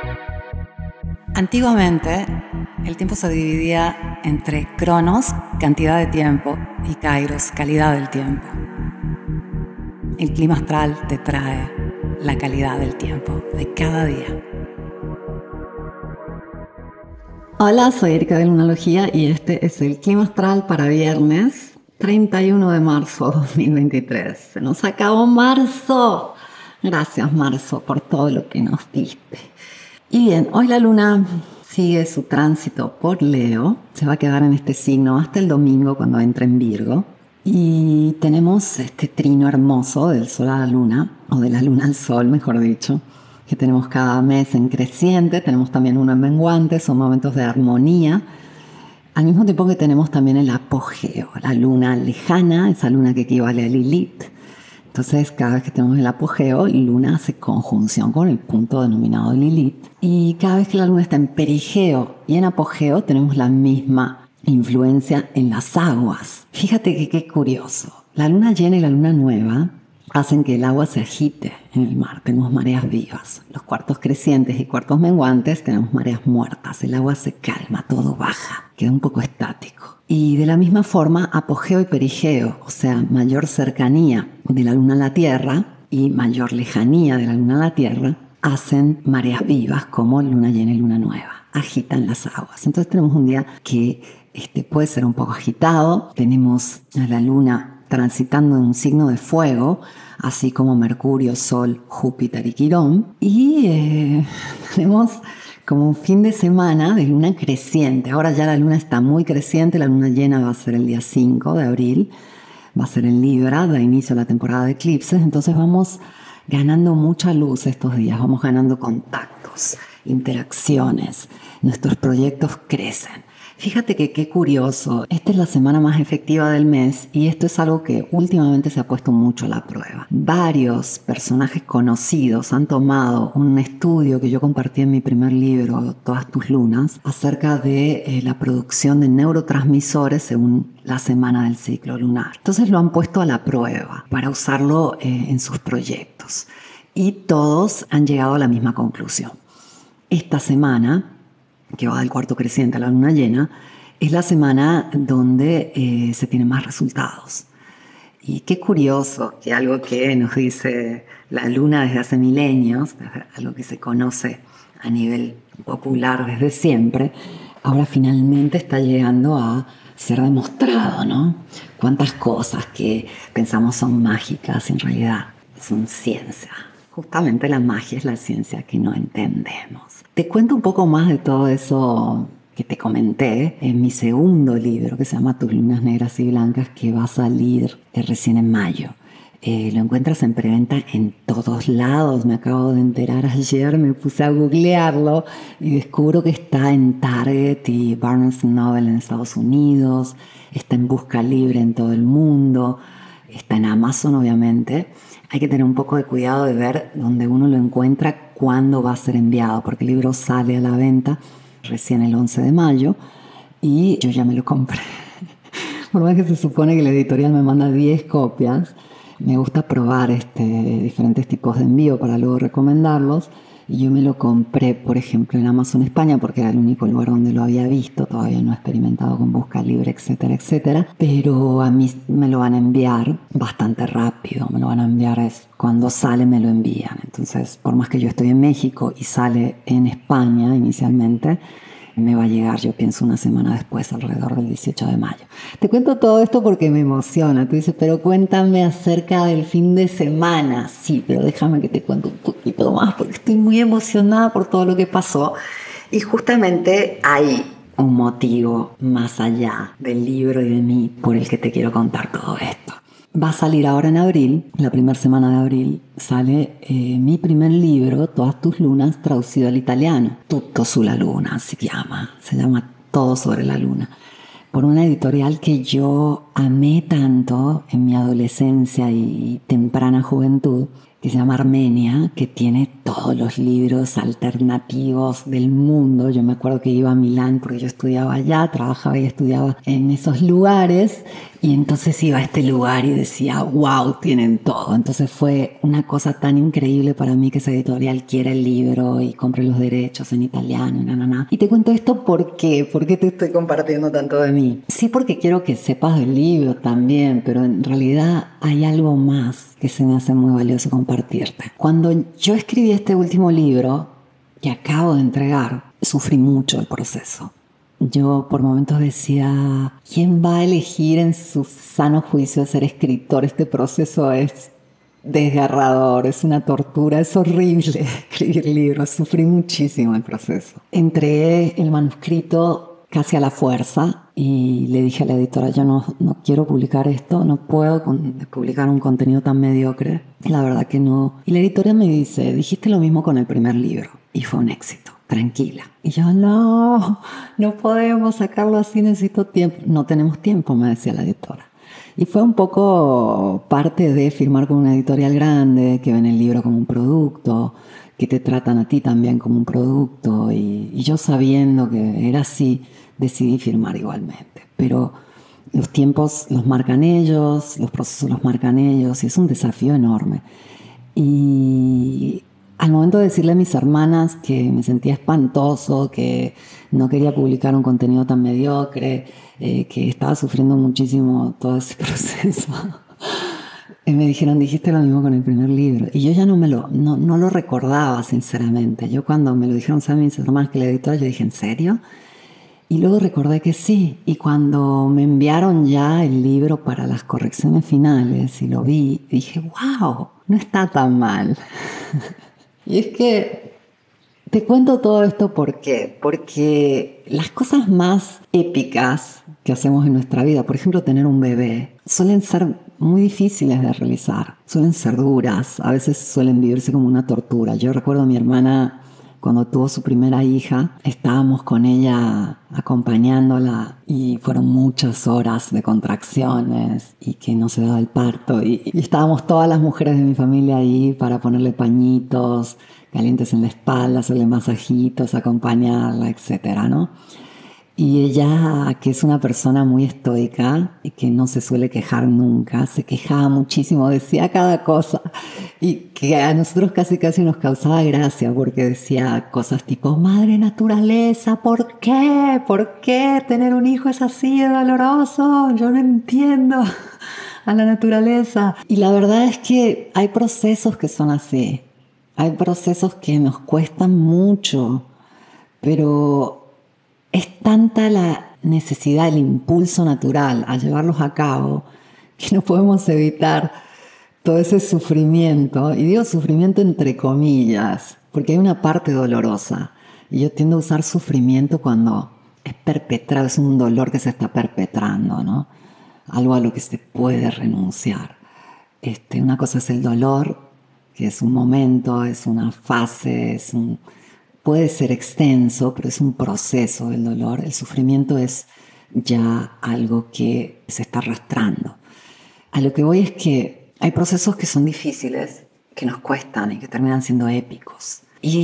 Antiguamente, el tiempo se dividía entre cronos, cantidad de tiempo, y kairos, calidad del tiempo. El clima astral te trae la calidad del tiempo de cada día. Hola, soy Erika de Lunalogía y este es el clima astral para viernes 31 de marzo 2023. Se nos acabó marzo. Gracias, marzo, por todo lo que nos diste. Y bien, hoy la luna sigue su tránsito por Leo. Se va a quedar en este signo hasta el domingo cuando entre en Virgo. Y tenemos este trino hermoso del sol a la luna, o de la luna al sol, mejor dicho, que tenemos cada mes en creciente. Tenemos también uno en menguante, son momentos de armonía. Al mismo tiempo que tenemos también el apogeo, la luna lejana, esa luna que equivale a Lilith. Entonces, cada vez que tenemos el apogeo, Luna hace conjunción con el punto denominado Lilith. Y cada vez que la Luna está en perigeo y en apogeo, tenemos la misma influencia en las aguas. Fíjate que qué curioso. La Luna llena y la Luna nueva hacen que el agua se agite en el mar. Tenemos mareas vivas. Los cuartos crecientes y cuartos menguantes tenemos mareas muertas. El agua se calma, todo baja, queda un poco estático. Y de la misma forma, apogeo y perigeo, o sea, mayor cercanía de la Luna a la Tierra y mayor lejanía de la Luna a la Tierra, hacen mareas vivas como luna llena y luna nueva. Agitan las aguas. Entonces tenemos un día que puede ser un poco agitado. Tenemos a la Luna transitando en un signo de fuego, así como Mercurio, Sol, Júpiter y Quirón. Y tenemos como un fin de semana de luna creciente. Ahora ya la luna está muy creciente, la luna llena va a ser el día 5 de abril, va a ser en Libra, da inicio a la temporada de eclipses, entonces vamos ganando mucha luz estos días, vamos ganando contactos, interacciones, nuestros proyectos crecen. Fíjate que qué curioso, esta es la semana más efectiva del mes y esto es algo que últimamente se ha puesto mucho a la prueba. Varios personajes conocidos han tomado un estudio que yo compartí en mi primer libro, Todas tus lunas, acerca de la producción de neurotransmisores según la semana del ciclo lunar. Entonces lo han puesto a la prueba para usarlo en sus proyectos y todos han llegado a la misma conclusión. Esta semana, que va del cuarto creciente a la luna llena, es la semana donde se tienen más resultados. Y qué curioso que algo que nos dice la luna desde hace milenios, algo que se conoce a nivel popular desde siempre, ahora finalmente está llegando a ser demostrado, ¿no? Cuántas cosas que pensamos son mágicas en realidad son ciencia. Justamente la magia es la ciencia que no entendemos. Te cuento un poco más de todo eso que te comenté en mi segundo libro que se llama Tus lunas negras y blancas, que va a salir recién en mayo. Lo encuentras en preventa en todos lados. Me acabo de enterar ayer, me puse a googlearlo y descubro que está en Target y Barnes Noble en Estados Unidos, está en Busca Libre en todo el mundo, está en Amazon obviamente. Hay que tener un poco de cuidado de ver dónde uno lo encuentra, cuándo va a ser enviado, porque el libro sale a la venta recién el 11 de mayo y yo ya me lo compré. Por más que se supone que la editorial me manda 10 copias, me gusta probar diferentes tipos de envío para luego recomendarlos. Y yo me lo compré, por ejemplo, en Amazon España porque era el único lugar donde lo había visto. Todavía no he experimentado con Busca Libre, etcétera, etcétera. Pero a mí me lo van a enviar bastante rápido. Me lo van a enviar, cuando sale me lo envían. Entonces, por más que yo estoy en México y sale en España inicialmente, me va a llegar, yo pienso, una semana después, alrededor del 18 de mayo. Te cuento todo esto porque me emociona. Tú dices, pero cuéntame acerca del fin de semana. Sí, pero déjame que te cuente un poquito más porque estoy muy emocionada por todo lo que pasó. Y justamente hay un motivo más allá del libro y de mí por el que te quiero contar todo esto. Va a salir ahora en abril, la primera semana de abril, sale mi primer libro, Todas tus lunas, traducido al italiano. Tutto sulla luna se llama Todo sobre la luna. Por una editorial que yo amé tanto en mi adolescencia y temprana juventud, que se llama Armenia, que tiene todos los libros alternativos del mundo. Yo me acuerdo que iba a Milán porque yo estudiaba allá, trabajaba y estudiaba en esos lugares Y entonces iba a este lugar y decía, wow, tienen todo. Entonces fue una cosa tan increíble para mí que esa editorial quiera el libro y compre los derechos en italiano. Y te cuento esto ¿por qué? ¿Por qué te estoy compartiendo tanto de mí? Sí, porque quiero que sepas del libro también, pero en realidad hay algo más que se me hace muy valioso compartirte. Cuando yo escribí este último libro que acabo de entregar, sufrí mucho el proceso. Yo por momentos decía, ¿quién va a elegir en su sano juicio ser escritor? Este proceso es desgarrador, es una tortura, es horrible escribir libros. Sufrí muchísimo el proceso. Entregué el manuscrito casi a la fuerza y le dije a la editora, yo no quiero publicar esto, no puedo publicar un contenido tan mediocre. La verdad que no. Y la editora me dice, dijiste lo mismo con el primer libro y fue un éxito. Tranquila. Y yo, no podemos sacarlo así, necesito tiempo. No tenemos tiempo, me decía la editora. Y fue un poco parte de firmar con una editorial grande, que ven el libro como un producto, que te tratan a ti también como un producto. Y yo sabiendo que era así, decidí firmar igualmente. Pero los tiempos los marcan ellos, los procesos los marcan ellos, y es un desafío enorme. Y al momento de decirle a mis hermanas que me sentía espantoso, que no quería publicar un contenido tan mediocre, que estaba sufriendo muchísimo todo ese proceso, me dijeron, dijiste lo mismo con el primer libro. Y yo ya no lo recordaba, sinceramente. Yo cuando me lo dijeron, ¿saben mis hermanas que la editora? Yo dije, ¿en serio? Y luego recordé que sí. Y cuando me enviaron ya el libro para las correcciones finales y lo vi, dije, wow, no está tan mal. Y es que te cuento todo esto ¿por qué? Porque las cosas más épicas que hacemos en nuestra vida, por ejemplo tener un bebé, suelen ser muy difíciles de realizar, suelen ser duras, a veces suelen vivirse como una tortura. Yo recuerdo a mi hermana cuando tuvo su primera hija, estábamos con ella acompañándola y fueron muchas horas de contracciones y que no se daba el parto. Y estábamos todas las mujeres de mi familia ahí para ponerle pañitos calientes en la espalda, hacerle masajitos, acompañarla, etcétera, ¿no? Y ella, que es una persona muy estoica y que no se suele quejar nunca, se quejaba muchísimo, decía cada cosa y que a nosotros casi nos causaba gracia porque decía cosas tipo, madre naturaleza, ¿por qué? ¿Por qué tener un hijo es así de doloroso? Yo no entiendo a la naturaleza. Y la verdad es que hay procesos que son así, hay procesos que nos cuestan mucho, pero es tanta la necesidad, el impulso natural a llevarlos a cabo que no podemos evitar todo ese sufrimiento. Y digo sufrimiento entre comillas, porque hay una parte dolorosa. Y yo tiendo a usar sufrimiento cuando es perpetrado, es un dolor que se está perpetrando, ¿no? Algo a lo que se puede renunciar. Una cosa es el dolor, que es un momento, es una fase, puede ser extenso, pero es un proceso el dolor. El sufrimiento es ya algo que se está arrastrando. A lo que voy es que hay procesos que son difíciles, que nos cuestan y que terminan siendo épicos.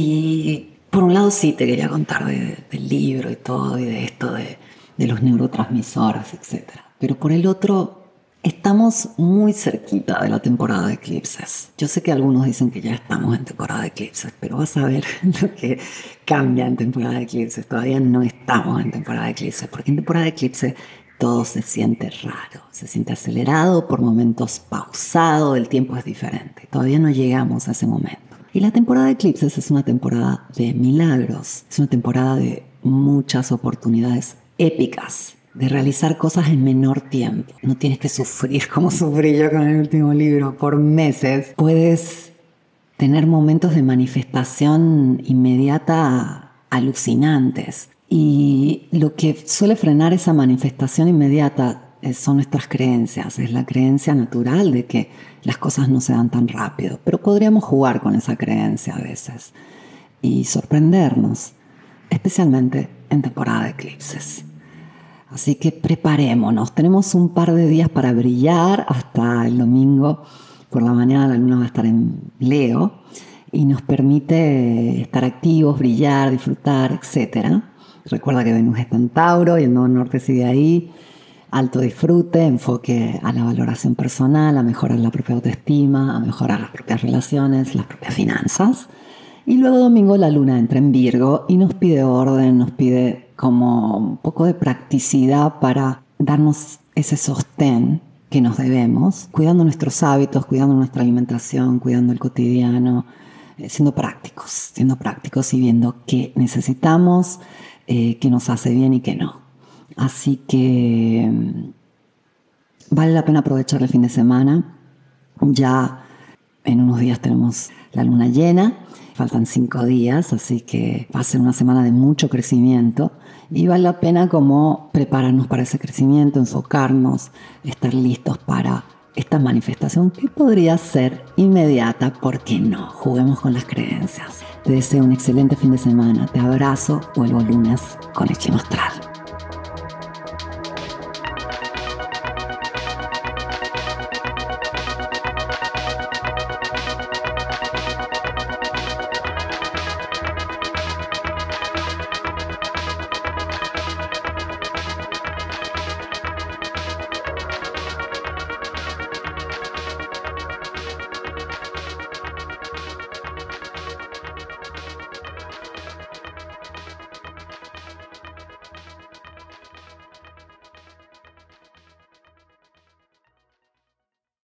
Y por un lado sí te quería contar del libro y todo, y de esto de los neurotransmisores, etc. Pero por el otro, estamos muy cerquita de la temporada de eclipses. Yo sé que algunos dicen que ya estamos en temporada de eclipses, pero vas a ver lo que cambia en temporada de eclipses. Todavía no estamos en temporada de eclipses, porque en temporada de eclipses todo se siente raro, se siente acelerado, por momentos pausado, el tiempo es diferente. Todavía no llegamos a ese momento. Y la temporada de eclipses es una temporada de milagros, es una temporada de muchas oportunidades épicas, de realizar cosas en menor tiempo. No tienes que sufrir como sufrí yo con el último libro por meses. Puedes tener momentos de manifestación inmediata alucinantes. Y lo que suele frenar esa manifestación inmediata son nuestras creencias. Es la creencia natural de que las cosas no se dan tan rápido. Pero podríamos jugar con esa creencia a veces y sorprendernos, especialmente en temporada de eclipses. Así que preparémonos. Tenemos un par de días para brillar hasta el domingo. Por la mañana la luna va a estar en Leo y nos permite estar activos, brillar, disfrutar, etc. Recuerda que Venus está en Tauro y el Nodo Norte sigue ahí. alto disfrute, enfoque a la valoración personal, a mejorar la propia autoestima, a mejorar las propias relaciones, las propias finanzas. Y luego domingo la luna entra en Virgo y nos pide orden, nos pide como un poco de practicidad para darnos ese sostén que nos debemos, cuidando nuestros hábitos, cuidando nuestra alimentación, cuidando el cotidiano, siendo prácticos y viendo qué necesitamos, qué nos hace bien y qué no. Así que vale la pena aprovechar el fin de semana. Ya en unos días tenemos la luna llena, faltan 5 días, así que va a ser una semana de mucho crecimiento y vale la pena como prepararnos para ese crecimiento, enfocarnos, estar listos para esta manifestación que podría ser inmediata. ¿Por qué no? Juguemos con las creencias. Te deseo un excelente fin de semana. Te abrazo. Vuelvo lunes con el Clima Astral.